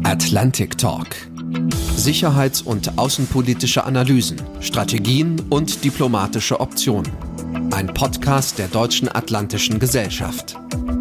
Atlantic Talk. Sicherheits- und außenpolitische Analysen, Strategien und diplomatische Optionen. Ein Podcast der Deutschen Atlantischen Gesellschaft.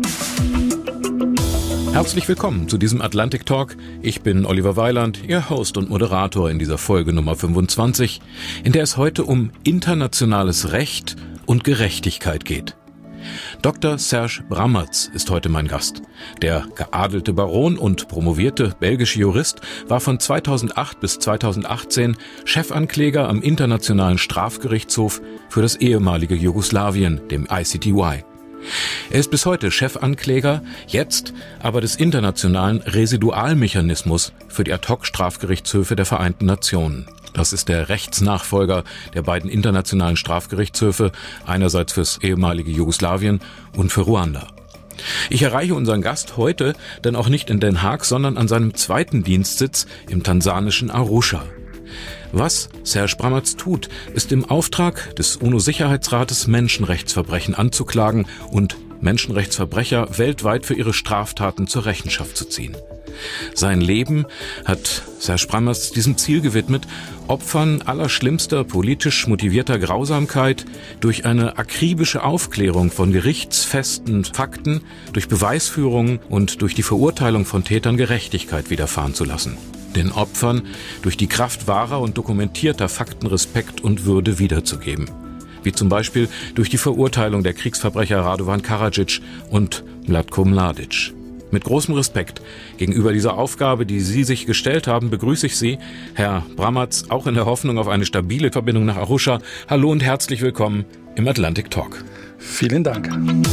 Herzlich willkommen zu diesem Atlantic Talk. Ich bin Oliver Weiland, Ihr Host und Moderator in dieser Folge Nummer 25, in der es heute um internationales Recht und Gerechtigkeit geht. Dr. Serge Brammertz ist heute mein Gast. Der geadelte Baron und promovierte belgische Jurist war von 2008 bis 2018 Chefankläger am Internationalen Strafgerichtshof für das ehemalige Jugoslawien, dem ICTY. Er ist bis heute Chefankläger, jetzt aber des Internationalen Residualmechanismus für die Ad-hoc-Strafgerichtshöfe der Vereinten Nationen. Das ist der Rechtsnachfolger der beiden internationalen Strafgerichtshöfe, einerseits fürs ehemalige Jugoslawien und für Ruanda. Ich erreiche unseren Gast heute dann auch nicht in Den Haag, sondern an seinem zweiten Dienstsitz im tansanischen Arusha. Was Serge Brammertz tut, ist im Auftrag des UNO-Sicherheitsrates Menschenrechtsverbrechen anzuklagen und Menschenrechtsverbrecher weltweit für ihre Straftaten zur Rechenschaft zu ziehen. Sein Leben hat Serge Brammertz diesem Ziel gewidmet, Opfern allerschlimmster politisch motivierter Grausamkeit durch eine akribische Aufklärung von gerichtsfesten Fakten, durch Beweisführung und durch die Verurteilung von Tätern Gerechtigkeit widerfahren zu lassen. Den Opfern durch die Kraft wahrer und dokumentierter Fakten Respekt und Würde wiederzugeben. Wie zum Beispiel durch die Verurteilung der Kriegsverbrecher Radovan Karadzic und Mlatko Mladic. Mit großem Respekt gegenüber dieser Aufgabe, die Sie sich gestellt haben, begrüße ich Sie, Herr Brammertz, auch in der Hoffnung auf eine stabile Verbindung nach Arusha. Hallo und herzlich willkommen im Atlantic Talk. Vielen Dank.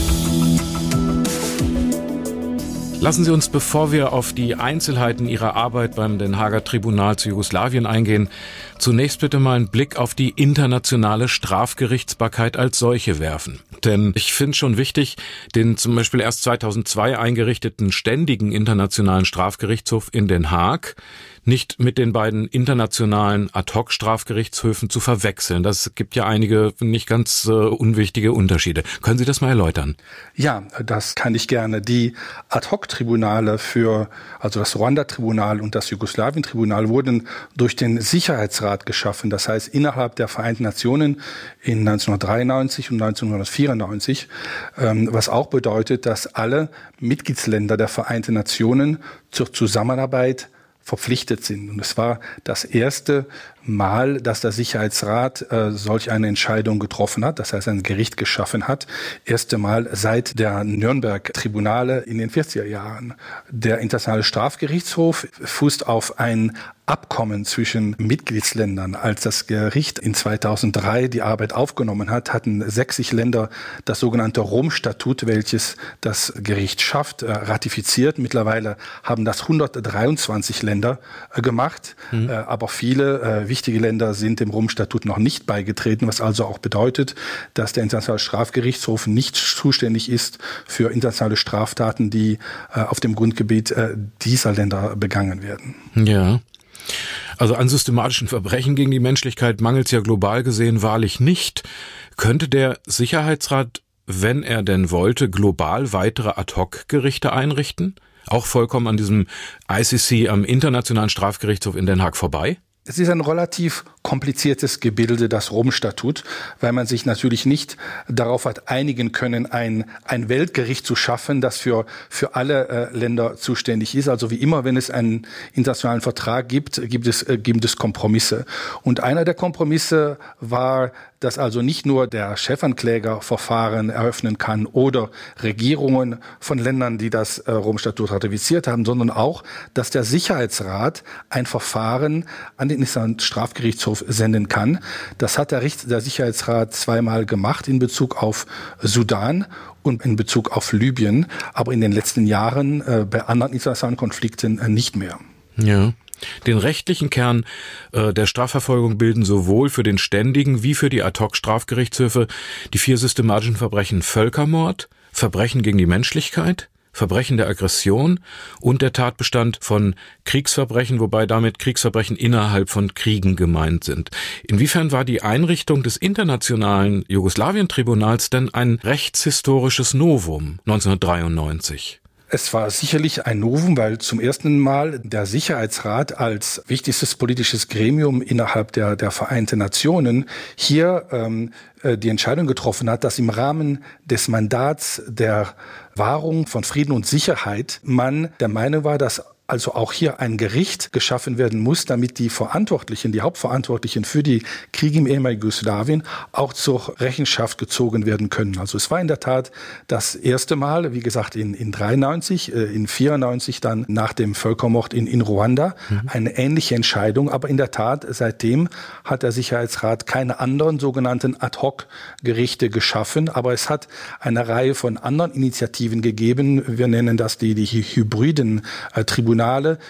Lassen Sie uns, bevor wir auf die Einzelheiten Ihrer Arbeit beim Den Haager Tribunal zu Jugoslawien eingehen, zunächst bitte mal einen Blick auf die internationale Strafgerichtsbarkeit als solche werfen. Denn ich finde schon wichtig, den zum Beispiel erst 2002 eingerichteten ständigen internationalen Strafgerichtshof in Den Haag nicht mit den beiden internationalen Ad-hoc-Strafgerichtshöfen zu verwechseln. Das gibt ja einige nicht ganz unwichtige Unterschiede. Können Sie das mal erläutern? Ja, das kann ich gerne. Die Ad-hoc-Tribunale also das Ruanda-Tribunal und das Jugoslawien-Tribunal wurden durch den Sicherheitsrat geschaffen. Das heißt, innerhalb der Vereinten Nationen in 1993 und 1994, was auch bedeutet, dass alle Mitgliedsländer der Vereinten Nationen zur Zusammenarbeit verpflichtet sind. Und es war das erste Mal, dass der Sicherheitsrat solch eine Entscheidung getroffen hat, das heißt ein Gericht geschaffen hat. Erste Mal seit der Nürnberg-Tribunale in den 40er Jahren. Der Internationale Strafgerichtshof fußt auf ein Abkommen zwischen Mitgliedsländern. Als das Gericht in 2003 die Arbeit aufgenommen hat, hatten 60 Länder das sogenannte Rom-Statut, welches das Gericht schafft, ratifiziert. Mittlerweile haben das 123 Länder gemacht, aber viele wichtige Länder sind dem Rom-Statut noch nicht beigetreten, was also auch bedeutet, dass der Internationale Strafgerichtshof nicht zuständig ist für internationale Straftaten, die auf dem Grundgebiet dieser Länder begangen werden. Ja. Also an systematischen Verbrechen gegen die Menschlichkeit mangelt es ja global gesehen wahrlich nicht. Könnte der Sicherheitsrat, wenn er denn wollte, global weitere Ad-hoc-Gerichte einrichten? Auch vollkommen an diesem ICC am Internationalen Strafgerichtshof in Den Haag vorbei? Es ist ein relativ kompliziertes Gebilde, das Rom-Statut, weil man sich natürlich nicht darauf hat einigen können, ein Weltgericht zu schaffen, das für alle Länder zuständig ist. Also wie immer, wenn es einen internationalen Vertrag gibt es Kompromisse. Und einer der Kompromisse war, dass also nicht nur der Chefankläger Verfahren eröffnen kann oder Regierungen von Ländern, die das Rom-Statut ratifiziert haben, sondern auch, dass der Sicherheitsrat ein Verfahren an den Internationalen Strafgerichtshof senden kann. Das hat der Sicherheitsrat zweimal gemacht in Bezug auf Sudan und in Bezug auf Libyen, aber in den letzten Jahren bei anderen internationalen Konflikten nicht mehr. Ja. Den rechtlichen Kern der Strafverfolgung bilden sowohl für den ständigen wie für die Ad-hoc-Strafgerichtshöfe die 4 systematischen Verbrechen Völkermord, Verbrechen gegen die Menschlichkeit, Verbrechen der Aggression und der Tatbestand von Kriegsverbrechen, wobei damit Kriegsverbrechen innerhalb von Kriegen gemeint sind. Inwiefern war die Einrichtung des internationalen Jugoslawien-Tribunals denn ein rechtshistorisches Novum 1993? Es war sicherlich ein Novum, weil zum ersten Mal der Sicherheitsrat als wichtigstes politisches Gremium innerhalb der Vereinten Nationen hier die Entscheidung getroffen hat, dass im Rahmen des Mandats der Wahrung von Frieden und Sicherheit man der Meinung war, dass also auch hier ein Gericht geschaffen werden muss, damit die Hauptverantwortlichen für die Kriege im ehemaligen Jugoslawien auch zur Rechenschaft gezogen werden können. Also es war in der Tat das erste Mal, wie gesagt, in 93, in 94 dann nach dem Völkermord in Ruanda, eine ähnliche Entscheidung. Aber in der Tat, seitdem hat der Sicherheitsrat keine anderen sogenannten Ad-hoc-Gerichte geschaffen. Aber es hat eine Reihe von anderen Initiativen gegeben. Wir nennen das die hybriden Tribunale,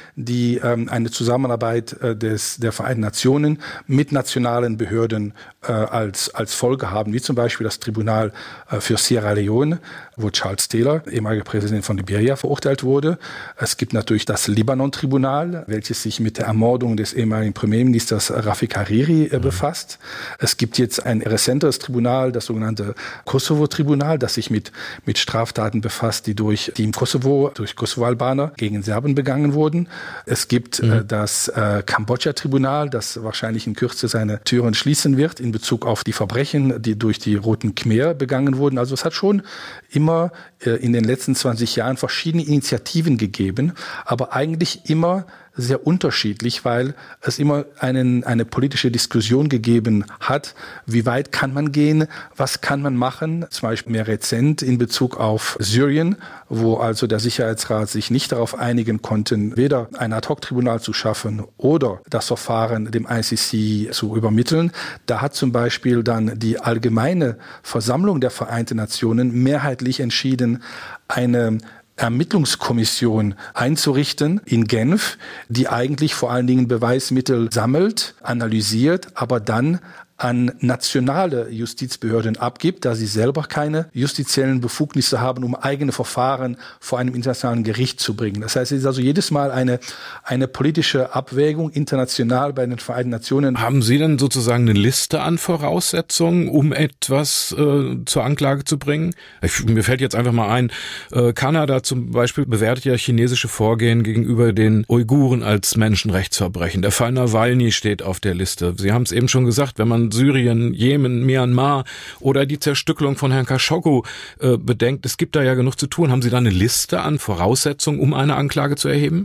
die eine Zusammenarbeit der Vereinten Nationen mit nationalen Behörden als Folge haben, wie zum Beispiel das Tribunal für Sierra Leone, wo Charles Taylor, ehemaliger Präsident von Liberia, verurteilt wurde. Es gibt natürlich das Libanon-Tribunal, welches sich mit der Ermordung des ehemaligen Premierministers Rafik Hariri befasst. Es gibt jetzt ein rezenteres Tribunal, das sogenannte Kosovo-Tribunal, das sich mit Straftaten befasst, die im Kosovo durch Kosovo-Albaner gegen Serben begangen wurden. Es gibt das Kambodscha-Tribunal, das wahrscheinlich in Kürze seine Türen schließen wird in Bezug auf die Verbrechen, die durch die Roten Khmer begangen wurden. Also es hat schon immer in den letzten 20 Jahren verschiedene Initiativen gegeben, aber eigentlich immer sehr unterschiedlich, weil es immer eine politische Diskussion gegeben hat. Wie weit kann man gehen? Was kann man machen? Zum Beispiel mehr rezent in Bezug auf Syrien, wo also der Sicherheitsrat sich nicht darauf einigen konnte, weder ein Ad-hoc-Tribunal zu schaffen oder das Verfahren dem ICC zu übermitteln. Da hat zum Beispiel dann die Allgemeine Versammlung der Vereinten Nationen mehrheitlich entschieden, eine Ermittlungskommission einzurichten in Genf, die eigentlich vor allen Dingen Beweismittel sammelt, analysiert, aber dann an nationale Justizbehörden abgibt, da sie selber keine justiziellen Befugnisse haben, um eigene Verfahren vor einem internationalen Gericht zu bringen. Das heißt, es ist also jedes Mal eine politische Abwägung international bei den Vereinten Nationen. Haben Sie denn sozusagen eine Liste an Voraussetzungen, um etwas zur Anklage zu bringen? Mir fällt jetzt einfach mal ein, Kanada zum Beispiel bewertet ja chinesische Vorgehen gegenüber den Uiguren als Menschenrechtsverbrechen. Der Fall Nawalny steht auf der Liste. Sie haben es eben schon gesagt, wenn man Syrien, Jemen, Myanmar oder die Zerstückelung von Herrn Khashoggi bedenkt, es gibt da ja genug zu tun. Haben Sie da eine Liste an Voraussetzungen, um eine Anklage zu erheben?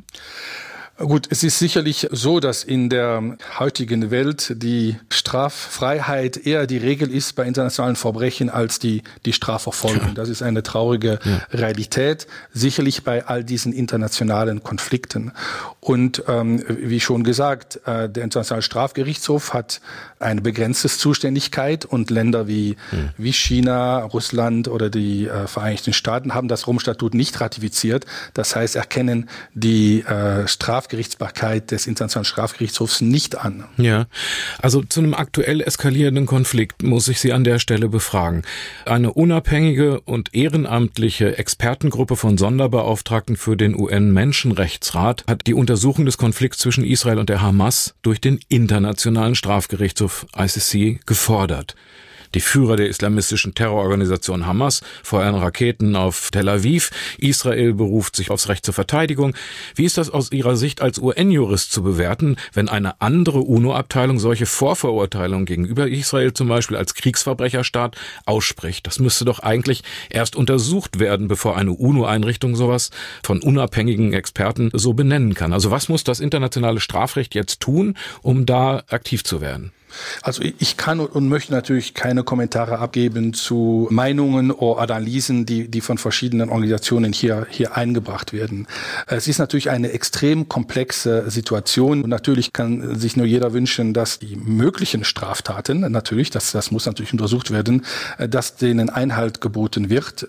Gut, es ist sicherlich so, dass in der heutigen Welt die Straffreiheit eher die Regel ist bei internationalen Verbrechen als die Strafverfolgung. Das ist eine traurige Realität, sicherlich bei all diesen internationalen Konflikten. Und wie schon gesagt, der Internationale Strafgerichtshof hat eine begrenzte Zuständigkeit und Länder wie China, Russland oder die Vereinigten Staaten haben das Rom-Statut nicht ratifiziert. Das heißt, erkennen die Strafgerichtsbarkeit des Internationalen Strafgerichtshofs nicht an. Ja, also zu einem aktuell eskalierenden Konflikt muss ich Sie an der Stelle befragen. Eine unabhängige und ehrenamtliche Expertengruppe von Sonderbeauftragten für den UN-Menschenrechtsrat hat die Untersuchung des Konflikts zwischen Israel und der Hamas durch den Internationalen Strafgerichtshof ICC gefordert. Die Führer der islamistischen Terrororganisation Hamas feuern Raketen auf Tel Aviv. Israel beruft sich aufs Recht zur Verteidigung. Wie ist das aus Ihrer Sicht als UN-Jurist zu bewerten, wenn eine andere UNO-Abteilung solche Vorverurteilungen gegenüber Israel zum Beispiel als Kriegsverbrecherstaat ausspricht? Das müsste doch eigentlich erst untersucht werden, bevor eine UNO-Einrichtung sowas von unabhängigen Experten so benennen kann. Also was muss das internationale Strafrecht jetzt tun, um da aktiv zu werden? Also ich kann und möchte natürlich keine Kommentare abgeben zu Meinungen oder Analysen, die von verschiedenen Organisationen hier eingebracht werden. Es ist natürlich eine extrem komplexe Situation und natürlich kann sich nur jeder wünschen, dass die möglichen Straftaten, natürlich, das muss natürlich untersucht werden, dass denen Einhalt geboten wird.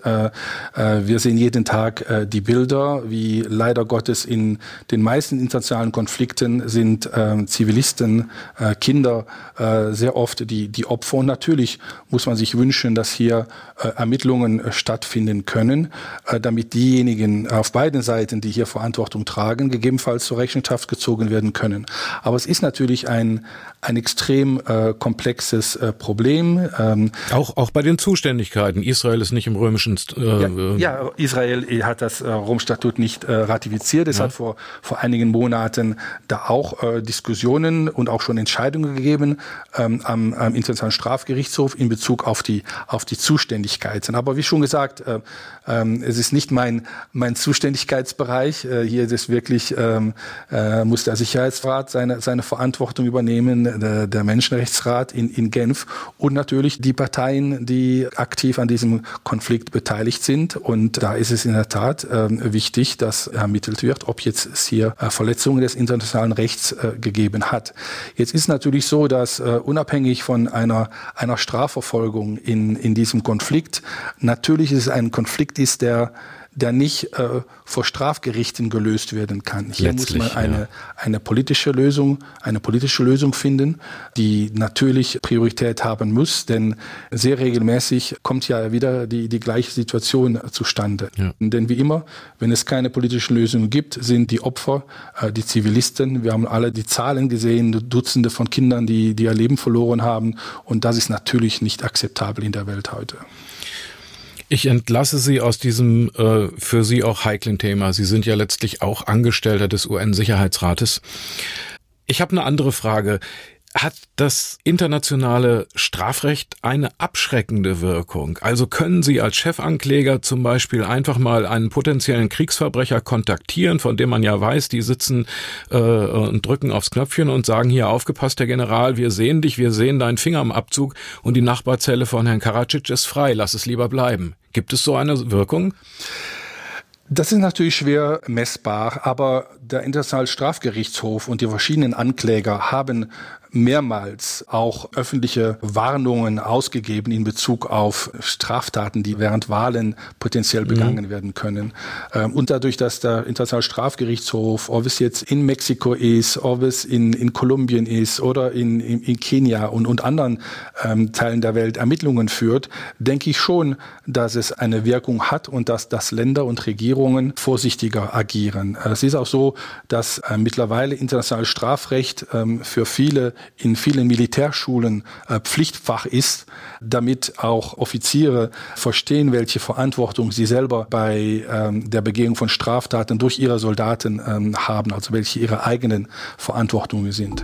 Wir sehen jeden Tag die Bilder, wie leider Gottes in den meisten internationalen Konflikten sind Zivilisten, Kinder sehr oft die Opfer. Und natürlich muss man sich wünschen, dass hier Ermittlungen stattfinden können, damit diejenigen auf beiden Seiten, die hier Verantwortung tragen, gegebenenfalls zur Rechenschaft gezogen werden können. Aber es ist natürlich ein extrem komplexes Problem. Auch bei den Zuständigkeiten. Israel ist nicht im römischen... Ja, Israel hat das Rom-Statut nicht ratifiziert. Es hat vor einigen Monaten da auch Diskussionen und auch schon Entscheidungen gegeben am Internationalen Strafgerichtshof in Bezug auf die Zuständigkeiten. Aber wie schon gesagt, es ist nicht mein Zuständigkeitsbereich. Hier ist es wirklich, muss der Sicherheitsrat seine Verantwortung übernehmen, der Menschenrechtsrat in Genf und natürlich die Parteien, die aktiv an diesem Konflikt beteiligt sind. Und da ist es in der Tat wichtig, dass ermittelt wird, ob jetzt es hier Verletzungen des internationalen Rechts gegeben hat. Jetzt ist natürlich so, dass unabhängig von einer Strafverfolgung in diesem Konflikt, natürlich ist es ein Konflikt ist, der nicht vor Strafgerichten gelöst werden kann. Hier muss man eine politische Lösung finden, die natürlich Priorität haben muss, denn sehr regelmäßig kommt ja wieder die gleiche Situation zustande. Ja. Denn wie immer, wenn es keine politische Lösung gibt, sind die Opfer die Zivilisten. Wir haben alle die Zahlen gesehen, Dutzende von Kindern, die ihr Leben verloren haben, und das ist natürlich nicht akzeptabel in der Welt heute. Ich entlasse Sie aus diesem für Sie auch heiklen Thema. Sie sind ja letztlich auch Angestellter des UN-Sicherheitsrates. Ich habe eine andere Frage. Hat das internationale Strafrecht eine abschreckende Wirkung? Also können Sie als Chefankläger zum Beispiel einfach mal einen potenziellen Kriegsverbrecher kontaktieren, von dem man ja weiß, die sitzen und drücken aufs Knöpfchen und sagen, hier, aufgepasst, Herr General, wir sehen dich, wir sehen deinen Finger am Abzug und die Nachbarzelle von Herrn Karadzic ist frei, lass es lieber bleiben. Gibt es so eine Wirkung? Das ist natürlich schwer messbar, aber der Internationale Strafgerichtshof und die verschiedenen Ankläger haben mehrmals auch öffentliche Warnungen ausgegeben in Bezug auf Straftaten, die während Wahlen potenziell begangen werden können. Und dadurch, dass der Internationale Strafgerichtshof, ob es jetzt in Mexiko ist, ob es in Kolumbien ist oder in Kenia und anderen Teilen der Welt Ermittlungen führt, denke ich schon, dass es eine Wirkung hat und dass Länder und Regierungen vorsichtiger agieren. Es ist auch so, dass mittlerweile internationales Strafrecht für viele in vielen Militärschulen Pflichtfach ist, damit auch Offiziere verstehen, welche Verantwortung sie selber bei der Begehung von Straftaten durch ihre Soldaten haben, also welche ihre eigenen Verantwortungen sind.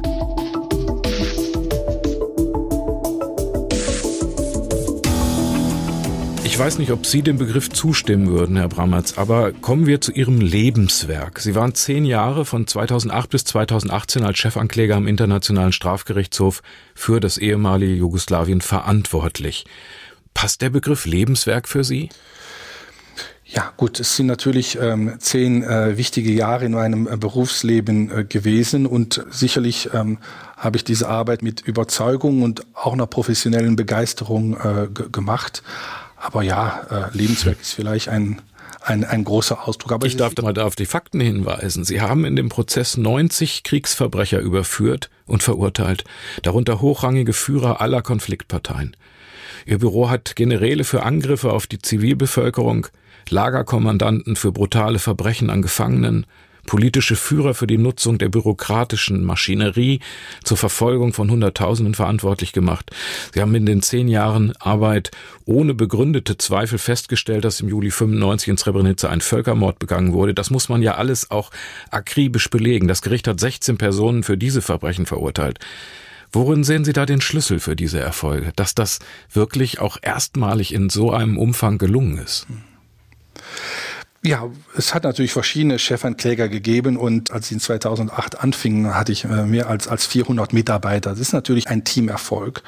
Ich weiß nicht, ob Sie dem Begriff zustimmen würden, Herr Brammertz, aber kommen wir zu Ihrem Lebenswerk. Sie waren 10 Jahre von 2008 bis 2018 als Chefankläger am Internationalen Strafgerichtshof für das ehemalige Jugoslawien verantwortlich. Passt der Begriff Lebenswerk für Sie? Ja, gut, es sind natürlich 10 wichtige Jahre in meinem Berufsleben gewesen und sicherlich habe ich diese Arbeit mit Überzeugung und auch einer professionellen Begeisterung gemacht. Aber ja, Lebenswerk ist vielleicht ein großer Ausdruck. Aber ich darf mal auf die Fakten hinweisen. Sie haben in dem Prozess 90 Kriegsverbrecher überführt und verurteilt, darunter hochrangige Führer aller Konfliktparteien. Ihr Büro hat Generäle für Angriffe auf die Zivilbevölkerung, Lagerkommandanten für brutale Verbrechen an Gefangenen, politische Führer für die Nutzung der bürokratischen Maschinerie zur Verfolgung von Hunderttausenden verantwortlich gemacht. Sie haben in den 10 Jahren Arbeit ohne begründete Zweifel festgestellt, dass im Juli 95 in Srebrenica ein Völkermord begangen wurde. Das muss man ja alles auch akribisch belegen. Das Gericht hat 16 Personen für diese Verbrechen verurteilt. Worin sehen Sie da den Schlüssel für diese Erfolge, dass das wirklich auch erstmalig in so einem Umfang gelungen ist? Ja, es hat natürlich verschiedene Chefankläger gegeben und als ich in 2008 anfing, hatte ich mehr als 400 Mitarbeiter. Das ist natürlich ein Teamerfolg.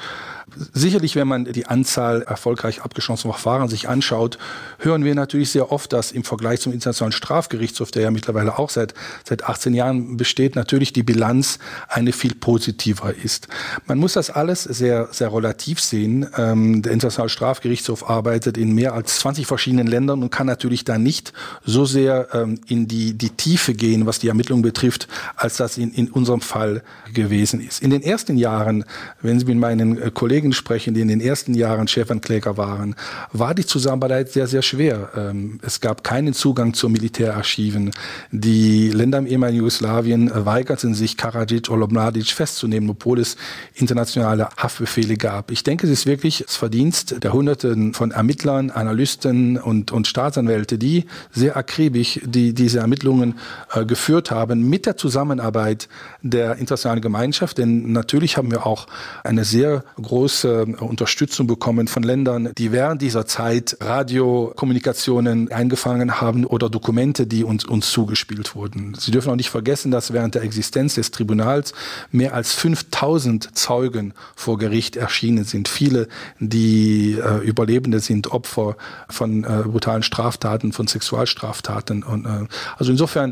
Sicherlich, wenn man die Anzahl erfolgreich abgeschlossener Verfahren sich anschaut, hören wir natürlich sehr oft, dass im Vergleich zum Internationalen Strafgerichtshof, der ja mittlerweile auch seit 18 Jahren besteht, natürlich die Bilanz eine viel positiver ist. Man muss das alles sehr, sehr relativ sehen. Der Internationale Strafgerichtshof arbeitet in mehr als 20 verschiedenen Ländern und kann natürlich da nicht so sehr in die Tiefe gehen, was die Ermittlungen betrifft, als das in unserem Fall gewesen ist. In den ersten Jahren, wenn Sie mit meinen Kollegen sprechen, die in den ersten Jahren Chefankläger waren, war die Zusammenarbeit sehr, sehr schwer. Es gab keinen Zugang zu Militärarchiven. Die Länder im ehemaligen Jugoslawien weigerten sich, Karadzic oder Mladic festzunehmen, obwohl es internationale Haftbefehle gab. Ich denke, es ist wirklich das Verdienst der Hunderten von Ermittlern, Analysten und Staatsanwälte, die sehr akribisch diese Ermittlungen geführt haben mit der Zusammenarbeit der internationalen Gemeinschaft. Denn natürlich haben wir auch eine sehr große Unterstützung bekommen von Ländern, die während dieser Zeit Radiokommunikationen eingefangen haben oder Dokumente, die uns zugespielt wurden. Sie dürfen auch nicht vergessen, dass während der Existenz des Tribunals mehr als 5000 Zeugen vor Gericht erschienen sind. Viele, die Überlebende sind, Opfer von brutalen Straftaten, von Sexualstraftaten. Und also insofern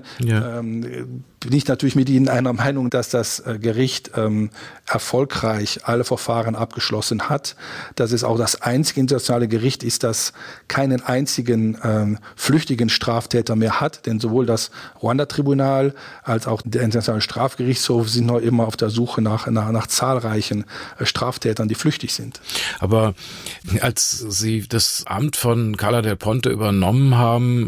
bin ich natürlich mit Ihnen einer Meinung, dass das Gericht erfolgreich alle Verfahren abgeschlossen hat, dass es auch das einzige internationale Gericht ist, das keinen einzigen flüchtigen Straftäter mehr hat, denn sowohl das Ruanda-Tribunal als auch der Internationale Strafgerichtshof sind noch immer auf der Suche nach zahlreichen Straftätern, die flüchtig sind. Aber als Sie das Amt von Carla Del Ponte übernommen haben,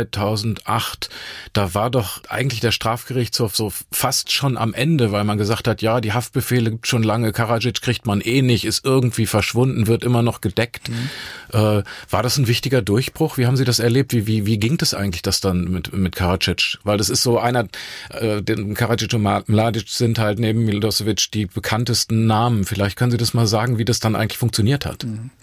2008, da war doch eigentlich der Strafgerichtshof so fast schon am Ende, weil man gesagt hat, ja, die Haftbefehle gibt schon lange, Karadzic kriegt man eh nicht, ist irgendwie verschwunden, wird immer noch gedeckt. War das ein wichtiger Durchbruch? Wie haben Sie das erlebt? Wie ging das eigentlich, das dann mit Karadzic? Weil das ist so Karadzic und Mladic sind halt neben Milosevic die bekanntesten Namen. Vielleicht können Sie das mal sagen, wie das dann eigentlich funktioniert hat.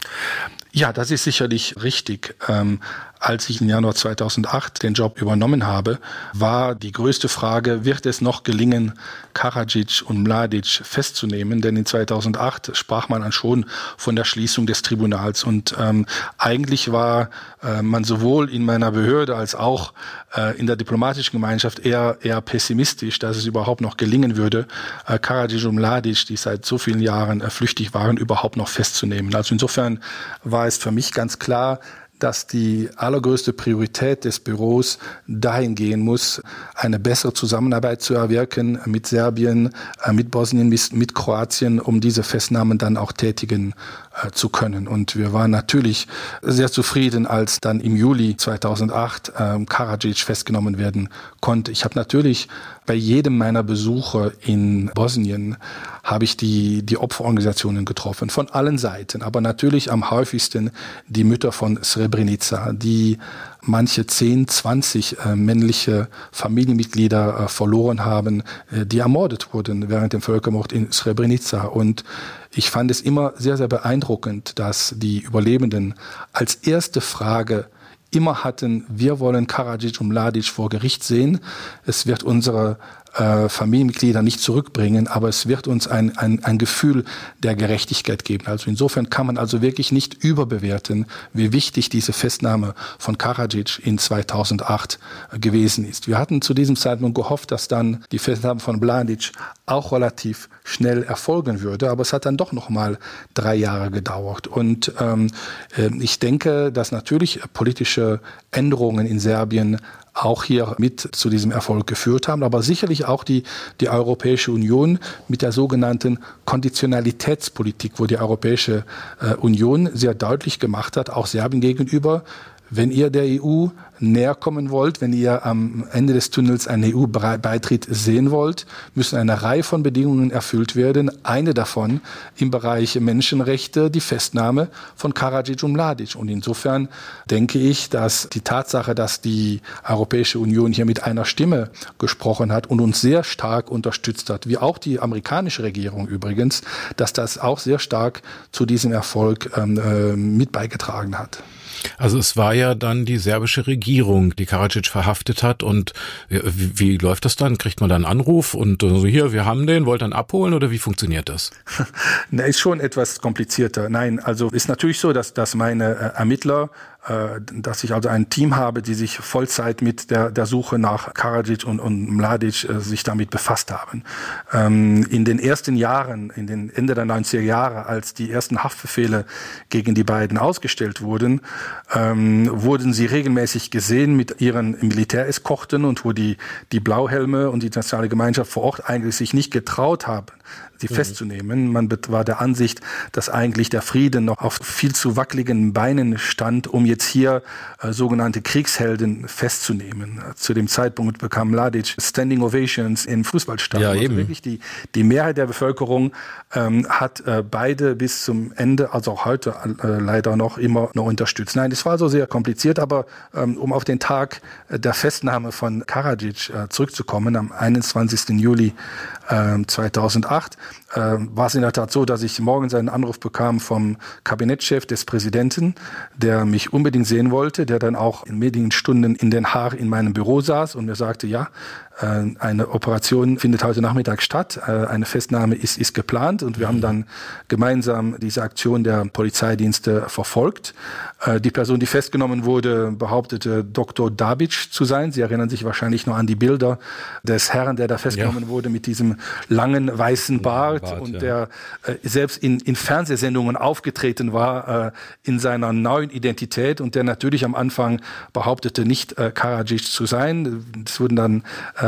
Ja, das ist sicherlich richtig. Als ich im Januar 2008 den Job übernommen habe, war die größte Frage, wird es noch gelingen, Karadzic und Mladic festzunehmen? Denn in 2008 sprach man dann schon von der Schließung des Tribunals. Und eigentlich war man sowohl in meiner Behörde als auch in der diplomatischen Gemeinschaft eher pessimistisch, dass es überhaupt noch gelingen würde, Karadzic und Mladic, die seit so vielen Jahren flüchtig waren, überhaupt noch festzunehmen. Also insofern war es für mich ganz klar, dass die allergrößte Priorität des Büros dahin gehen muss, eine bessere Zusammenarbeit zu erwirken mit Serbien, mit Bosnien, mit Kroatien, um diese Festnahmen dann auch tätigen zu können. Und wir waren natürlich sehr zufrieden, als dann im Juli 2008 Karadzic festgenommen werden konnte. Ich habe natürlich bei jedem meiner Besuche in Bosnien habe ich die Opferorganisationen getroffen, von allen Seiten, aber natürlich am häufigsten die Mütter von Srebrenica, die manche 10, 20 männliche Familienmitglieder verloren haben, die ermordet wurden während dem Völkermord in Srebrenica. Und ich fand es immer sehr, sehr beeindruckend, dass die Überlebenden als erste Frage immer hatten, wir wollen Karadzic und Mladic vor Gericht sehen. Es wird unsere Familienmitglieder nicht zurückbringen, aber es wird uns ein Gefühl der Gerechtigkeit geben. Also insofern kann man also wirklich nicht überbewerten, wie wichtig diese Festnahme von Karadzic in 2008 gewesen ist. Wir hatten zu diesem Zeitpunkt gehofft, dass dann die Festnahme von Mladic auch relativ schnell erfolgen würde, aber es hat dann doch noch mal 3 Jahre gedauert. Und ich denke, dass natürlich politische Änderungen in Serbien auch hier mit zu diesem Erfolg geführt haben, aber sicherlich auch die Europäische Union mit der sogenannten Konditionalitätspolitik, wo die Europäische Union sehr deutlich gemacht hat, auch Serbien gegenüber, wenn ihr der EU näher kommen wollt, wenn ihr am Ende des Tunnels einen EU-Beitritt sehen wollt, müssen eine Reihe von Bedingungen erfüllt werden. Eine davon im Bereich Menschenrechte, die Festnahme von Karadzic und Mladic. Und insofern denke ich, dass die Tatsache, dass die Europäische Union hier mit einer Stimme gesprochen hat und uns sehr stark unterstützt hat, wie auch die amerikanische Regierung übrigens, dass das auch sehr stark zu diesem Erfolg mit beigetragen hat. Also es war ja dann die serbische Regierung, die Karadzic verhaftet hat. Und wie läuft das dann? Kriegt man dann einen Anruf und so, hier, wir haben den, wollt dann abholen oder wie funktioniert das? Na, ist schon etwas komplizierter. Nein, also ist natürlich so, dass meine Ermittler, dass ich also ein Team habe, die sich Vollzeit mit der Suche nach Karadzic und Mladic sich damit befasst haben. In den ersten Jahren, in den Ende der 90er Jahre, als die ersten Haftbefehle gegen die beiden ausgestellt wurden, wurden sie regelmäßig gesehen mit ihren Militäreskorten und wo die Blauhelme und die internationale Gemeinschaft vor Ort eigentlich sich nicht getraut haben, sie festzunehmen. Man war der Ansicht, dass eigentlich der Frieden noch auf viel zu wackeligen Beinen stand, um jetzt hier sogenannte Kriegshelden festzunehmen. Zu dem Zeitpunkt bekam Mladic Standing Ovations in Fußballstadien. Ja, eben. Also wirklich die Mehrheit der Bevölkerung hat beide bis zum Ende, also auch heute leider noch immer noch unterstützt. Nein, das war so sehr kompliziert, aber um auf den Tag der Festnahme von Karadzic zurückzukommen, am 21. Juli 2008, war es in der Tat so, dass ich morgens einen Anruf bekam vom Kabinettschef des Präsidenten, der mich unbedingt sehen wollte, der dann auch in wenigen Stunden in Den Haag in meinem Büro saß und mir sagte, ja, eine Operation findet heute Nachmittag statt, eine Festnahme ist geplant und wir haben dann gemeinsam diese Aktion der Polizeidienste verfolgt. Die Person, die festgenommen wurde, behauptete Dr. Dabic zu sein. Sie erinnern sich wahrscheinlich noch an die Bilder des Herrn, der da festgenommen wurde mit diesem langen weißen Bart und der selbst in Fernsehsendungen aufgetreten war in seiner neuen Identität und der natürlich am Anfang behauptete, nicht Karadzic zu sein. Es wurden dann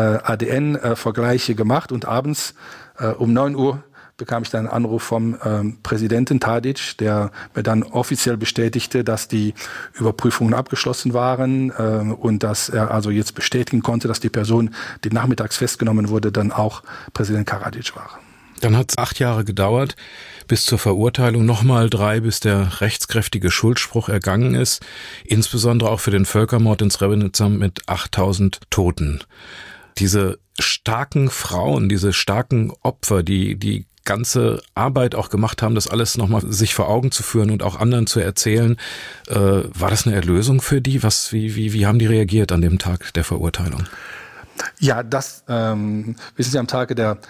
ADN-Vergleiche gemacht und abends um 9 Uhr bekam ich dann einen Anruf vom Präsidenten Tadic, der mir dann offiziell bestätigte, dass die Überprüfungen abgeschlossen waren und dass er also jetzt bestätigen konnte, dass die Person, die nachmittags festgenommen wurde, dann auch Präsident Karadzic war. Dann hat es 8 Jahre gedauert bis zur Verurteilung, nochmal 3, bis der rechtskräftige Schuldspruch ergangen ist, insbesondere auch für den Völkermord in Srebrenica mit 8000 Toten. Diese starken Frauen, diese starken Opfer, die ganze Arbeit auch gemacht haben, das alles nochmal sich vor Augen zu führen und auch anderen zu erzählen, war das eine Erlösung für die? Wie haben die reagiert an dem Tag der Verurteilung? Ja, das wissen Sie, am Tage der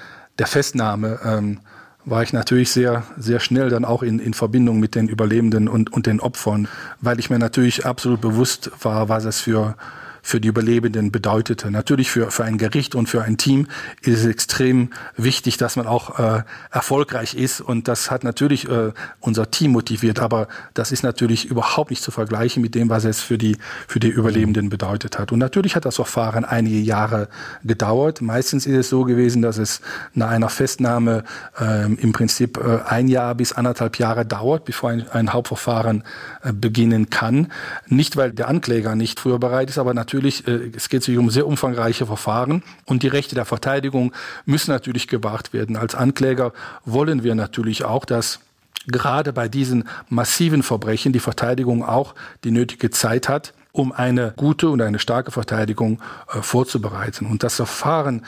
Festnahme war ich natürlich sehr, sehr schnell dann auch in Verbindung mit den Überlebenden und den Opfern, weil ich mir natürlich absolut bewusst war, was es für die Überlebenden bedeutete. Natürlich für ein Gericht und für ein Team ist es extrem wichtig, dass man auch erfolgreich ist und das hat natürlich unser Team motiviert, aber das ist natürlich überhaupt nicht zu vergleichen mit dem, was es für die Überlebenden bedeutet hat. Und natürlich hat das Verfahren einige Jahre gedauert. Meistens ist es so gewesen, dass es nach einer Festnahme im Prinzip 1 Jahr bis 1,5 Jahre dauert, bevor ein Hauptverfahren beginnen kann. Nicht, weil der Ankläger nicht früher bereit ist, aber natürlich, es geht sich um sehr umfangreiche Verfahren und die Rechte der Verteidigung müssen natürlich gewahrt werden. Als Ankläger wollen wir natürlich auch, dass gerade bei diesen massiven Verbrechen die Verteidigung auch die nötige Zeit hat, um eine gute und eine starke Verteidigung vorzubereiten. Und das Verfahren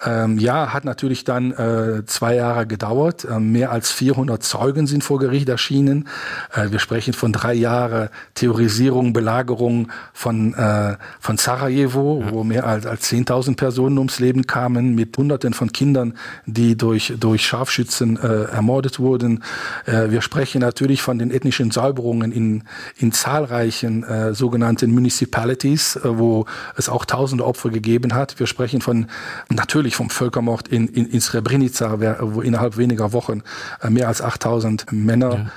hat natürlich dann 2 Jahre gedauert. Mehr als 400 Zeugen sind vor Gericht erschienen. Wir sprechen von 3 Jahren Terrorisierung, Belagerung von Sarajevo, wo mehr als 10.000 Personen ums Leben kamen, mit Hunderten von Kindern, die durch Scharfschützen ermordet wurden. Wir sprechen natürlich von den ethnischen Säuberungen in zahlreichen sogenannten Municipalities, wo es auch tausende Opfer gegeben hat. Wir sprechen natürlich vom Völkermord in Srebrenica, wo innerhalb weniger Wochen mehr als 8.000 Männer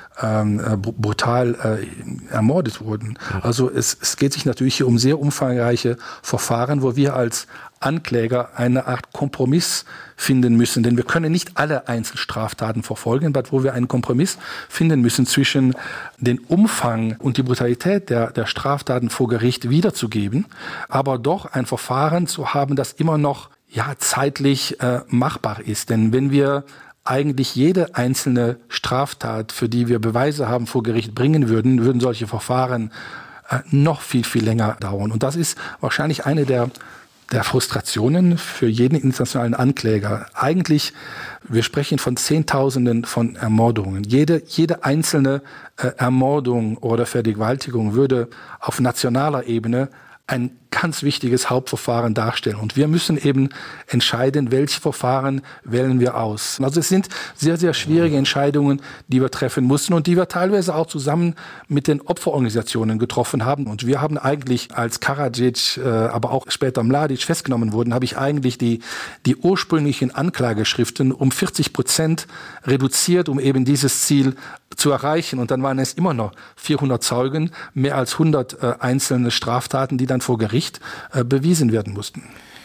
brutal ermordet wurden. Also es geht sich natürlich hier um sehr umfangreiche Verfahren, wo wir als Ankläger eine Art Kompromiss finden müssen, denn wir können nicht alle Einzelstraftaten verfolgen, aber wo wir einen Kompromiss finden müssen zwischen den Umfang und die Brutalität der Straftaten vor Gericht wiederzugeben, aber doch ein Verfahren zu haben, das immer noch zeitlich machbar ist. Denn wenn wir eigentlich jede einzelne Straftat, für die wir Beweise haben, vor Gericht bringen würden solche Verfahren noch viel, viel länger dauern. Und das ist wahrscheinlich eine der der Frustrationen für jeden internationalen Ankläger. Eigentlich, wir sprechen von Zehntausenden von Ermordungen. Jede einzelne Ermordung oder Vergewaltigung würde auf nationaler Ebene ein ganz wichtiges Hauptverfahren darstellen. Und wir müssen eben entscheiden, welche Verfahren wählen wir aus. Also es sind sehr, sehr schwierige Entscheidungen, die wir treffen mussten und die wir teilweise auch zusammen mit den Opferorganisationen getroffen haben. Und wir haben eigentlich, als Karadzic, aber auch später Mladic festgenommen wurden, habe ich eigentlich die ursprünglichen Anklageschriften um 40% reduziert, um eben dieses Ziel zu erreichen. Und dann waren es immer noch 400 Zeugen, mehr als 100 einzelne Straftaten, die dann vor Gericht bewiesen werden mussten.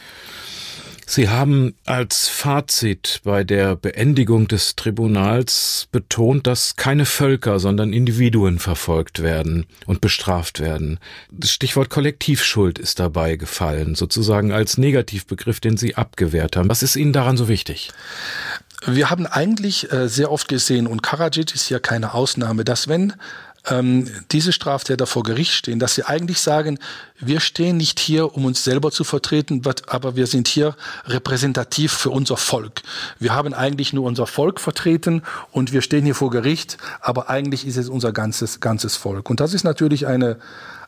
Sie haben als Fazit bei der Beendigung des Tribunals betont, dass keine Völker, sondern Individuen verfolgt werden und bestraft werden. Das Stichwort Kollektivschuld ist dabei gefallen, sozusagen als Negativbegriff, den Sie abgewehrt haben. Was ist Ihnen daran so wichtig? Wir haben eigentlich sehr oft gesehen, und Karadzic ist ja keine Ausnahme, dass wenn diese Straftäter vor Gericht stehen, dass sie eigentlich sagen, wir stehen nicht hier, um uns selber zu vertreten, aber wir sind hier repräsentativ für unser Volk. Wir haben eigentlich nur unser Volk vertreten und wir stehen hier vor Gericht, aber eigentlich ist es unser ganzes Volk. Und das ist natürlich eine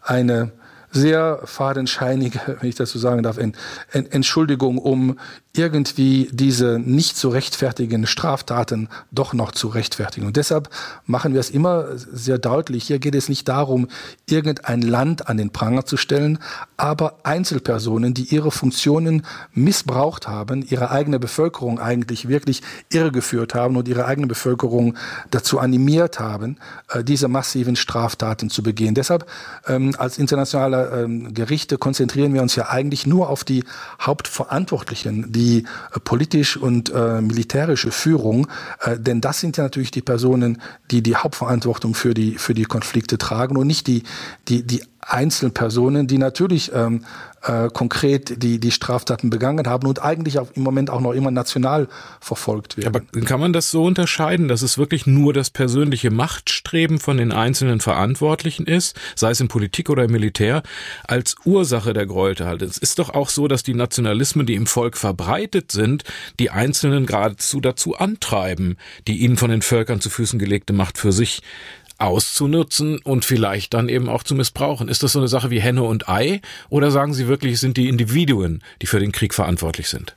sehr fadenscheinige, wenn ich das so sagen darf, Entschuldigung, um irgendwie diese nicht zu rechtfertigenden Straftaten doch noch zu rechtfertigen. Und deshalb machen wir es immer sehr deutlich. Hier geht es nicht darum, irgendein Land an den Pranger zu stellen, aber Einzelpersonen, die ihre Funktionen missbraucht haben, ihre eigene Bevölkerung eigentlich wirklich irregeführt haben und ihre eigene Bevölkerung dazu animiert haben, diese massiven Straftaten zu begehen. Deshalb als internationale Gerichte konzentrieren wir uns ja eigentlich nur auf die Hauptverantwortlichen, die politisch und militärische Führung, denn das sind ja natürlich die Personen, die die Hauptverantwortung für die Konflikte tragen und nicht die einzelnen Personen, die natürlich konkret die Straftaten begangen haben und eigentlich auch im Moment auch noch immer national verfolgt werden. Aber kann man das so unterscheiden, dass es wirklich nur das persönliche Machtstreben von den einzelnen Verantwortlichen ist, sei es in Politik oder im Militär, als Ursache der Gräueltaten? Es ist doch auch so, dass die Nationalismen, die im Volk verbreitet sind, die Einzelnen geradezu dazu antreiben, die ihnen von den Völkern zu Füßen gelegte Macht für sich auszunutzen und vielleicht dann eben auch zu missbrauchen. Ist das so eine Sache wie Henne und Ei oder sagen Sie wirklich, es sind die Individuen, die für den Krieg verantwortlich sind?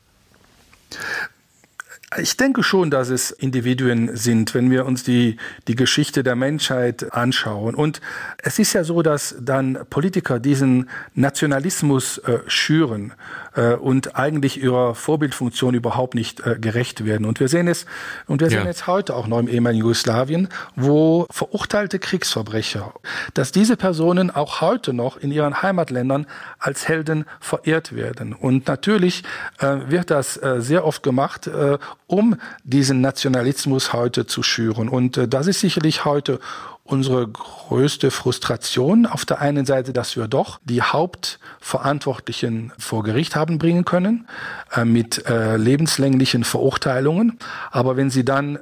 Ich denke schon, dass es Individuen sind, wenn wir uns die Geschichte der Menschheit anschauen. Und es ist ja so, dass dann Politiker diesen Nationalismus schüren und eigentlich ihrer Vorbildfunktion überhaupt nicht gerecht werden. Und wir sehen es, sehen jetzt heute auch noch im ehemaligen Jugoslawien, wo verurteilte Kriegsverbrecher, dass diese Personen auch heute noch in ihren Heimatländern als Helden verehrt werden. Und natürlich wird das sehr oft gemacht, um diesen Nationalismus heute zu schüren. Und das ist sicherlich heute unsere größte Frustration. Auf der einen Seite, dass wir doch die Hauptverantwortlichen vor Gericht haben bringen können, mit lebenslänglichen Verurteilungen. Aber wenn sie dann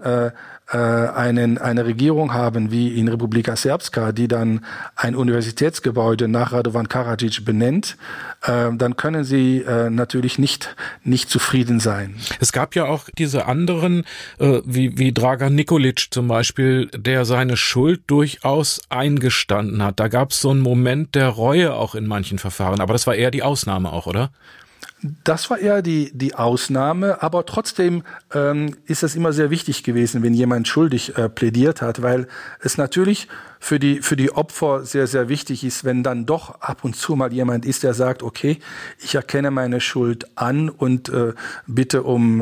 eine Regierung haben wie in Republika Srpska, die dann ein Universitätsgebäude nach Radovan Karadzic benennt, dann können sie natürlich nicht zufrieden sein. Es gab ja auch diese anderen, wie Dragan Nikolic zum Beispiel, der seine Schuld durchaus eingestanden hat. Da gab es so einen Moment der Reue auch in manchen Verfahren, aber das war eher die Ausnahme auch, oder? Das war eher die Ausnahme, aber trotzdem ist es immer sehr wichtig gewesen, wenn jemand schuldig plädiert hat, weil es natürlich für die Opfer sehr, sehr wichtig ist, wenn dann doch ab und zu mal jemand ist, der sagt, okay, ich erkenne meine Schuld an und bitte um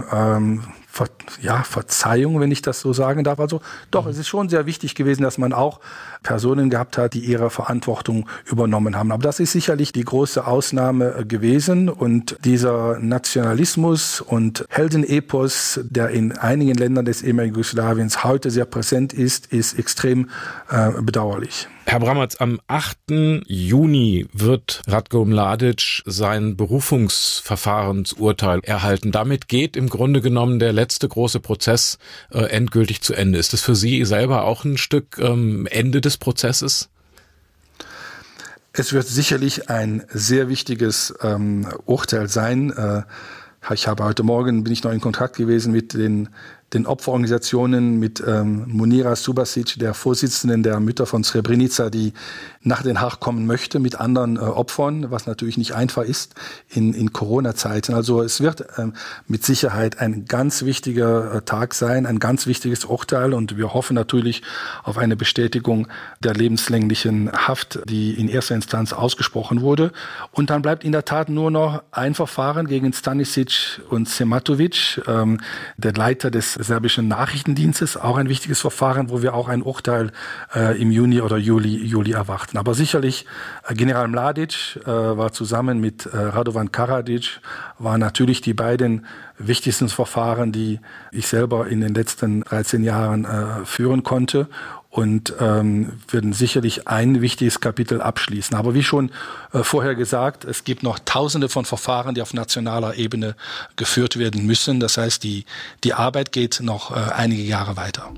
Verzeihung, wenn ich das so sagen darf. Also doch, es ist schon sehr wichtig gewesen, dass man auch Personen gehabt hat, die ihre Verantwortung übernommen haben. Aber das ist sicherlich die große Ausnahme gewesen. Und dieser Nationalismus und Heldenepos, der in einigen Ländern des ehemaligen Jugoslawiens heute sehr präsent ist extrem bedauerlich. Herr Brammertz, am 8. Juni wird Ratko Mladic sein Berufungsverfahrensurteil erhalten. Damit geht im Grunde genommen der letzte große Prozess endgültig zu Ende. Ist das für Sie selber auch ein Stück Ende des Prozesses? Es wird sicherlich ein sehr wichtiges Urteil sein. Bin ich noch in Kontakt gewesen mit den Opferorganisationen, mit Munira Subasic, der Vorsitzenden der Mütter von Srebrenica, die nach Den Haag kommen möchte mit anderen Opfern, was natürlich nicht einfach ist in Corona-Zeiten. Also es wird mit Sicherheit ein ganz wichtiger Tag sein, ein ganz wichtiges Urteil, und wir hoffen natürlich auf eine Bestätigung der lebenslänglichen Haft, die in erster Instanz ausgesprochen wurde. Und dann bleibt in der Tat nur noch ein Verfahren gegen Stanisic und Sematovic, der Leiter des serbischen Nachrichtendienstes, auch ein wichtiges Verfahren, wo wir auch ein Urteil im Juni oder Juli erwarten. Aber sicherlich General Mladic war zusammen mit Radovan Karadzic, waren natürlich die beiden wichtigsten Verfahren, die ich selber in den letzten 13 Jahren führen konnte, und würden sicherlich ein wichtiges Kapitel abschließen. Aber wie schon vorher gesagt, es gibt noch Tausende von Verfahren, die auf nationaler Ebene geführt werden müssen. Das heißt, die Arbeit geht noch einige Jahre weiter.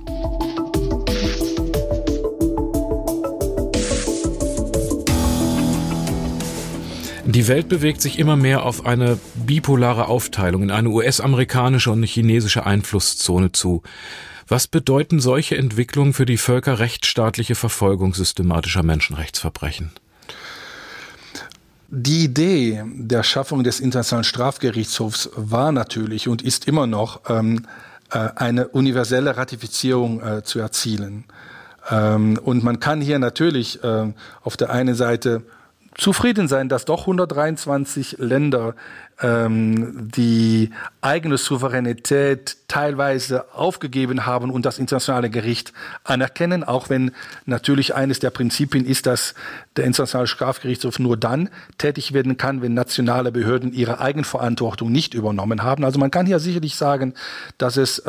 Die Welt bewegt sich immer mehr auf eine bipolare Aufteilung in eine US-amerikanische und eine chinesische Einflusszone zu. Was bedeuten solche Entwicklungen für die völkerrechtsstaatliche Verfolgung systematischer Menschenrechtsverbrechen? Die Idee der Schaffung des Internationalen Strafgerichtshofs war natürlich und ist immer noch eine universelle Ratifizierung zu erzielen. Und man kann hier natürlich auf der einen Seite zufrieden sein, dass doch 123 Länder die eigene Souveränität teilweise aufgegeben haben und das internationale Gericht anerkennen, auch wenn natürlich eines der Prinzipien ist, dass der Internationale Strafgerichtshof nur dann tätig werden kann, wenn nationale Behörden ihre Eigenverantwortung nicht übernommen haben. Also man kann hier sicherlich sagen, dass es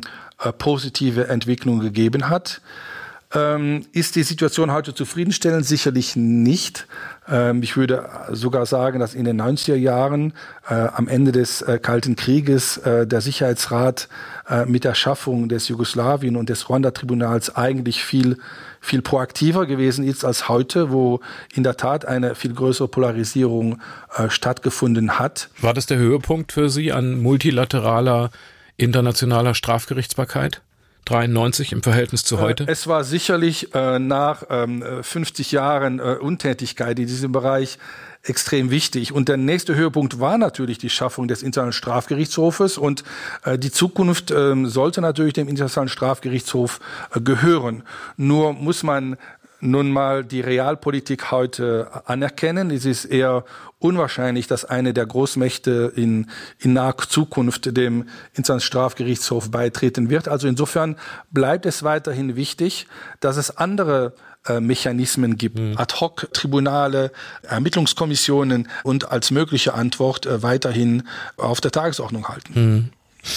positive Entwicklungen gegeben hat. Ist die Situation heute zufriedenstellend? Sicherlich nicht. Ich würde sogar sagen, dass in den 90er Jahren, am Ende des Kalten Krieges, der Sicherheitsrat mit der Schaffung des Jugoslawien- und des Ruanda-Tribunals eigentlich viel proaktiver gewesen ist als heute, wo in der Tat eine viel größere Polarisierung stattgefunden hat. War das der Höhepunkt für Sie an multilateraler internationaler Strafgerichtsbarkeit? 93 im Verhältnis zu heute? Es war sicherlich nach 50 Jahren Untätigkeit in diesem Bereich extrem wichtig. Und der nächste Höhepunkt war natürlich die Schaffung des Internationalen Strafgerichtshofes. Und die Zukunft sollte natürlich dem Internationalen Strafgerichtshof gehören. Nur muss man nun mal die Realpolitik heute anerkennen. Es ist eher unwahrscheinlich, dass eine der Großmächte in naher Zukunft dem Internationalen Strafgerichtshof beitreten wird. Also insofern bleibt es weiterhin wichtig, dass es andere Mechanismen gibt, Ad-hoc-Tribunale, Ermittlungskommissionen und als mögliche Antwort weiterhin auf der Tagesordnung halten.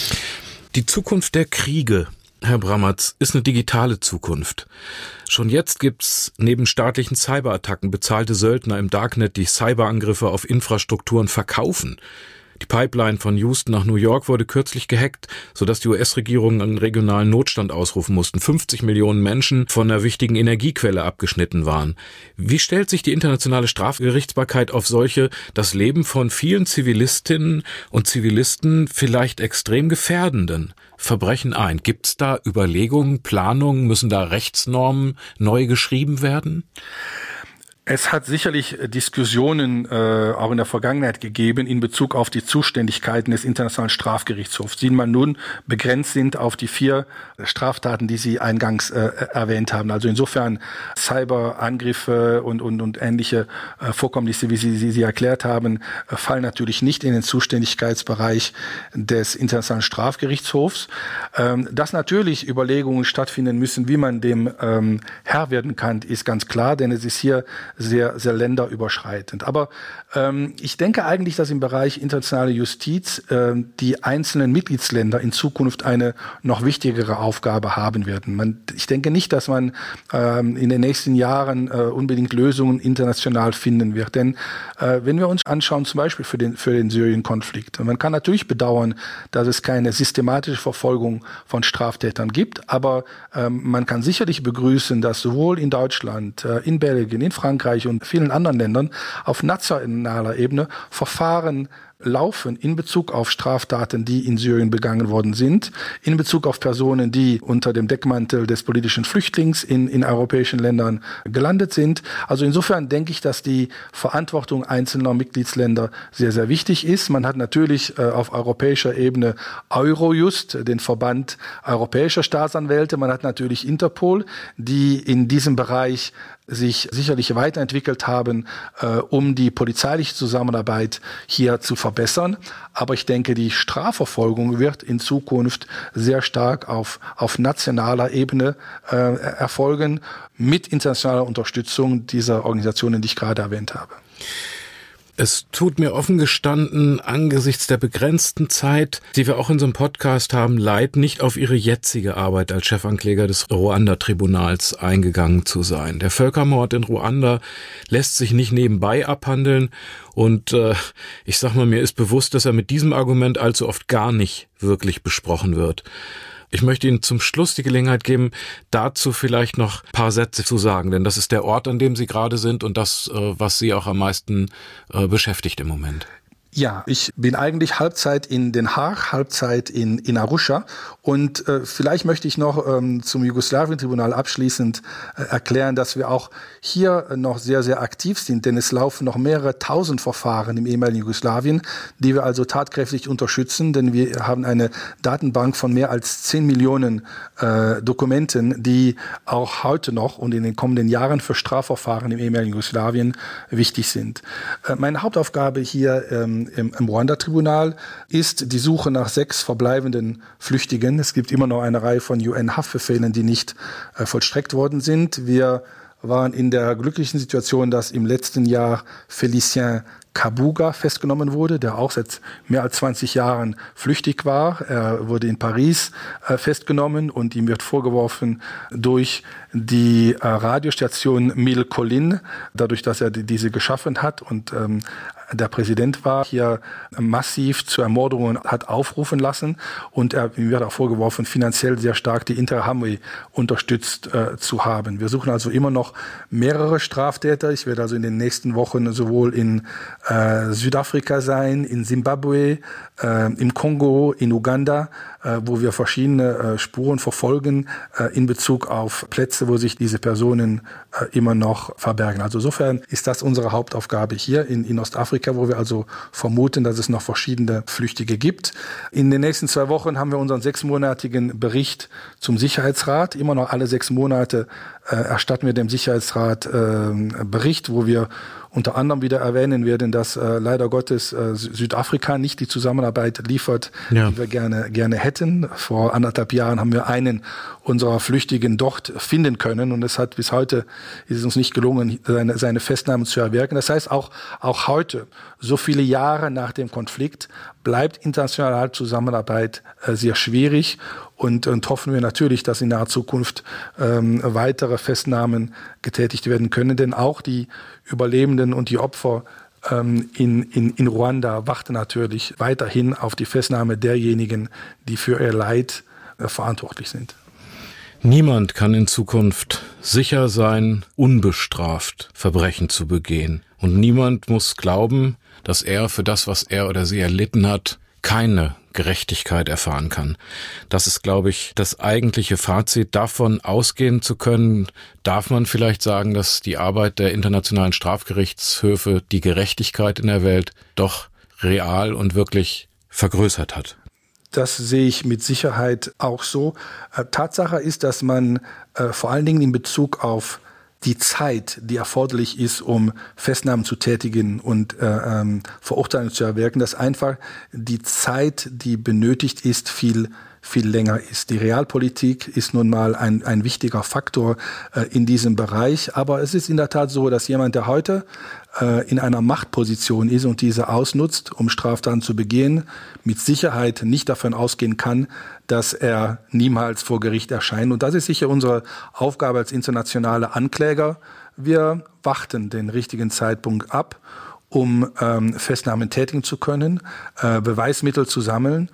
Die Zukunft der Kriege, Herr Brammertz, ist eine digitale Zukunft. Schon jetzt gibt's neben staatlichen Cyberattacken bezahlte Söldner im Darknet, die Cyberangriffe auf Infrastrukturen verkaufen. Die Pipeline von Houston nach New York wurde kürzlich gehackt, sodass die US-Regierung einen regionalen Notstand ausrufen mussten. 50 Millionen Menschen von einer wichtigen Energiequelle abgeschnitten waren. Wie stellt sich die internationale Strafgerichtsbarkeit auf solche, das Leben von vielen Zivilistinnen und Zivilisten vielleicht extrem gefährdenden Verbrechen ein? Gibt's da Überlegungen, Planungen, müssen da Rechtsnormen neu geschrieben werden? Es hat sicherlich Diskussionen auch in der Vergangenheit gegeben in Bezug auf die Zuständigkeiten des Internationalen Strafgerichtshofs, die man nun begrenzt sind auf die 4 Straftaten, die Sie eingangs erwähnt haben. Also insofern Cyberangriffe und ähnliche Vorkommnisse, wie Sie erklärt haben, fallen natürlich nicht in den Zuständigkeitsbereich des Internationalen Strafgerichtshofs. Dass natürlich Überlegungen stattfinden müssen, wie man dem Herr werden kann, ist ganz klar, denn es ist hier sehr, sehr länderüberschreitend. Aber ich denke eigentlich, dass im Bereich internationale Justiz die einzelnen Mitgliedsländer in Zukunft eine noch wichtigere Aufgabe haben werden. Ich denke nicht, dass man in den nächsten Jahren unbedingt Lösungen international finden wird. Denn wenn wir uns anschauen, zum Beispiel für den Syrien-Konflikt, man kann natürlich bedauern, dass es keine systematische Verfolgung von Straftätern gibt, aber man kann sicherlich begrüßen, dass sowohl in Deutschland, in Belgien, in Frankreich, Frankreich und vielen anderen Ländern auf nationaler Ebene Verfahren laufen in Bezug auf Straftaten, die in Syrien begangen worden sind, in Bezug auf Personen, die unter dem Deckmantel des politischen Flüchtlings in europäischen Ländern gelandet sind. Also insofern denke ich, dass die Verantwortung einzelner Mitgliedsländer sehr, sehr wichtig ist. Man hat natürlich auf europäischer Ebene Eurojust, den Verband europäischer Staatsanwälte. Man hat natürlich Interpol, die in diesem Bereich sich sicherlich weiterentwickelt haben, um die polizeiliche Zusammenarbeit hier zu verbessern. Aber ich denke, die Strafverfolgung wird in Zukunft sehr stark auf nationaler Ebene erfolgen, mit internationaler Unterstützung dieser Organisationen, die ich gerade erwähnt habe. Es tut mir offen gestanden, angesichts der begrenzten Zeit, die wir auch in so einem Podcast haben, leid, nicht auf Ihre jetzige Arbeit als Chefankläger des Ruanda-Tribunals eingegangen zu sein. Der Völkermord in Ruanda lässt sich nicht nebenbei abhandeln und ich sag mal, mir ist bewusst, dass er mit diesem Argument allzu oft gar nicht wirklich besprochen wird. Ich möchte Ihnen zum Schluss die Gelegenheit geben, dazu vielleicht noch ein paar Sätze zu sagen, denn das ist der Ort, an dem Sie gerade sind und das, was Sie auch am meisten beschäftigt im Moment. Ja, ich bin eigentlich Halbzeit in Den Haag, Halbzeit in Arusha und vielleicht möchte ich noch zum Jugoslawien-Tribunal abschließend erklären, dass wir auch hier noch sehr, sehr aktiv sind, denn es laufen noch mehrere tausend Verfahren im ehemaligen Jugoslawien, die wir also tatkräftig unterstützen, denn wir haben eine Datenbank von mehr als 10 Millionen Dokumenten, die auch heute noch und in den kommenden Jahren für Strafverfahren im ehemaligen Jugoslawien wichtig sind. Meine Hauptaufgabe hier im Ruanda-Tribunal ist die Suche nach 6 verbleibenden Flüchtigen. Es gibt immer noch eine Reihe von UN-Haftbefehlen, die nicht vollstreckt worden sind. Wir waren in der glücklichen Situation, dass im letzten Jahr Félicien Kabuga festgenommen wurde, der auch seit mehr als 20 Jahren flüchtig war. Er wurde in Paris festgenommen und ihm wird vorgeworfen durch die Radiostation Mille Collines, dadurch, dass er diese geschaffen hat und der Präsident war, hier massiv zu Ermordungen hat aufrufen lassen und ihm wird auch vorgeworfen, finanziell sehr stark die Interahamwe unterstützt zu haben. Wir suchen also immer noch mehrere Straftäter. Ich werde also in den nächsten Wochen sowohl in Südafrika sein, in Simbabwe, im Kongo, in Uganda, wo wir verschiedene Spuren verfolgen in Bezug auf Plätze, wo sich diese Personen immer noch verbergen. Also insofern ist das unsere Hauptaufgabe hier in Ostafrika, wo wir also vermuten, dass es noch verschiedene Flüchtige gibt. In den nächsten 2 Wochen haben wir unseren 6-monatigen Bericht zum Sicherheitsrat. Immer noch alle 6 Monate erstatten wir dem Sicherheitsrat Bericht, wo wir unter anderem wieder erwähnen werden, dass leider Gottes Südafrika nicht die Zusammenarbeit liefert, die wir gerne hätten. Vor 1,5 Jahren haben wir einen unserer Flüchtigen dort finden können und es hat bis heute ist es uns nicht gelungen, seine Festnahme zu erwirken. Das heißt, auch heute, so viele Jahre nach dem Konflikt, bleibt internationale Zusammenarbeit sehr schwierig und hoffen wir natürlich, dass in naher Zukunft weitere Festnahmen getätigt werden können, denn auch die Überlebenden und die Opfer in Ruanda warten natürlich weiterhin auf die Festnahme derjenigen, die für ihr Leid verantwortlich sind. Niemand kann in Zukunft sicher sein, unbestraft Verbrechen zu begehen. Und niemand muss glauben, dass er für das, was er oder sie erlitten hat, keine Gerechtigkeit erfahren kann. Das ist, glaube ich, das eigentliche Fazit. Davon ausgehen zu können, darf man vielleicht sagen, dass die Arbeit der internationalen Strafgerichtshöfe die Gerechtigkeit in der Welt doch real und wirklich vergrößert hat. Das sehe ich mit Sicherheit auch so. Tatsache ist, dass man vor allen Dingen in Bezug auf die Zeit, die erforderlich ist, um Festnahmen zu tätigen und Verurteilungen zu erwirken, dass einfach die Zeit, die benötigt ist, viel länger ist. Die Realpolitik ist nun mal ein wichtiger Faktor in diesem Bereich. Aber es ist in der Tat so, dass jemand, der heute in einer Machtposition ist und diese ausnutzt, um Straftaten zu begehen, mit Sicherheit nicht davon ausgehen kann, dass er niemals vor Gericht erscheint. Und das ist sicher unsere Aufgabe als internationale Ankläger. Wir warten den richtigen Zeitpunkt ab, um Festnahmen tätigen zu können, Beweismittel zu sammeln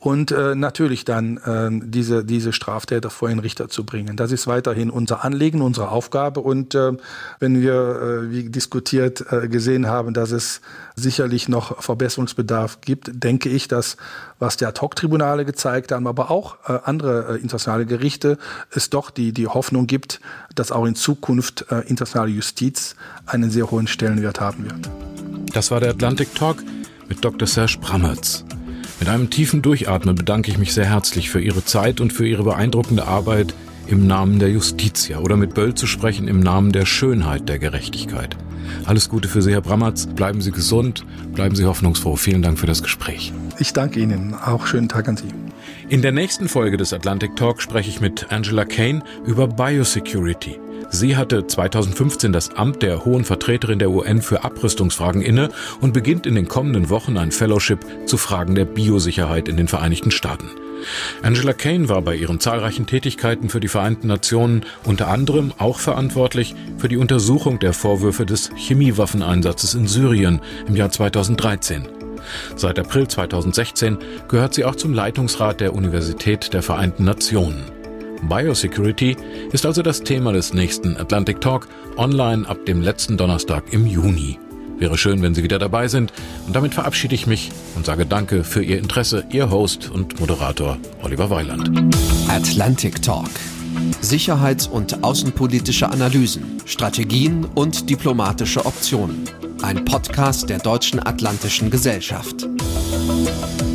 und natürlich dann diese Straftäter vor den Richter zu bringen. Das ist weiterhin unser Anliegen, unsere Aufgabe. Und wenn wir, wie diskutiert, gesehen haben, dass es sicherlich noch Verbesserungsbedarf gibt, denke ich, dass, was die Ad-hoc-Tribunale gezeigt haben, aber auch andere internationale Gerichte, es doch die Hoffnung gibt, dass auch in Zukunft internationale Justiz einen sehr hohen Stellenwert haben wird. Das war der Atlantic Talk mit Dr. Serge Brammertz. Mit einem tiefen Durchatmen bedanke ich mich sehr herzlich für Ihre Zeit und für Ihre beeindruckende Arbeit im Namen der Justitia, oder mit Böll zu sprechen, im Namen der Schönheit der Gerechtigkeit. Alles Gute für Sie, Herr Brammertz. Bleiben Sie gesund, bleiben Sie hoffnungsfroh. Vielen Dank für das Gespräch. Ich danke Ihnen. Auch schönen Tag an Sie. In der nächsten Folge des Atlantic Talk spreche ich mit Angela Kane über Biosecurity. Sie hatte 2015 das Amt der Hohen Vertreterin der UN für Abrüstungsfragen inne und beginnt in den kommenden Wochen ein Fellowship zu Fragen der Biosicherheit in den Vereinigten Staaten. Angela Kane war bei ihren zahlreichen Tätigkeiten für die Vereinten Nationen unter anderem auch verantwortlich für die Untersuchung der Vorwürfe des Chemiewaffeneinsatzes in Syrien im Jahr 2013. Seit April 2016 gehört sie auch zum Leitungsrat der Universität der Vereinten Nationen. Biosecurity ist also das Thema des nächsten Atlantic Talk, online ab dem letzten Donnerstag im Juni. Wäre schön, wenn Sie wieder dabei sind. Und damit verabschiede ich mich und sage Danke für Ihr Interesse, Ihr Host und Moderator Oliver Weiland. Atlantic Talk. Sicherheits- und außenpolitische Analysen, Strategien und diplomatische Optionen. Ein Podcast der Deutschen Atlantischen Gesellschaft.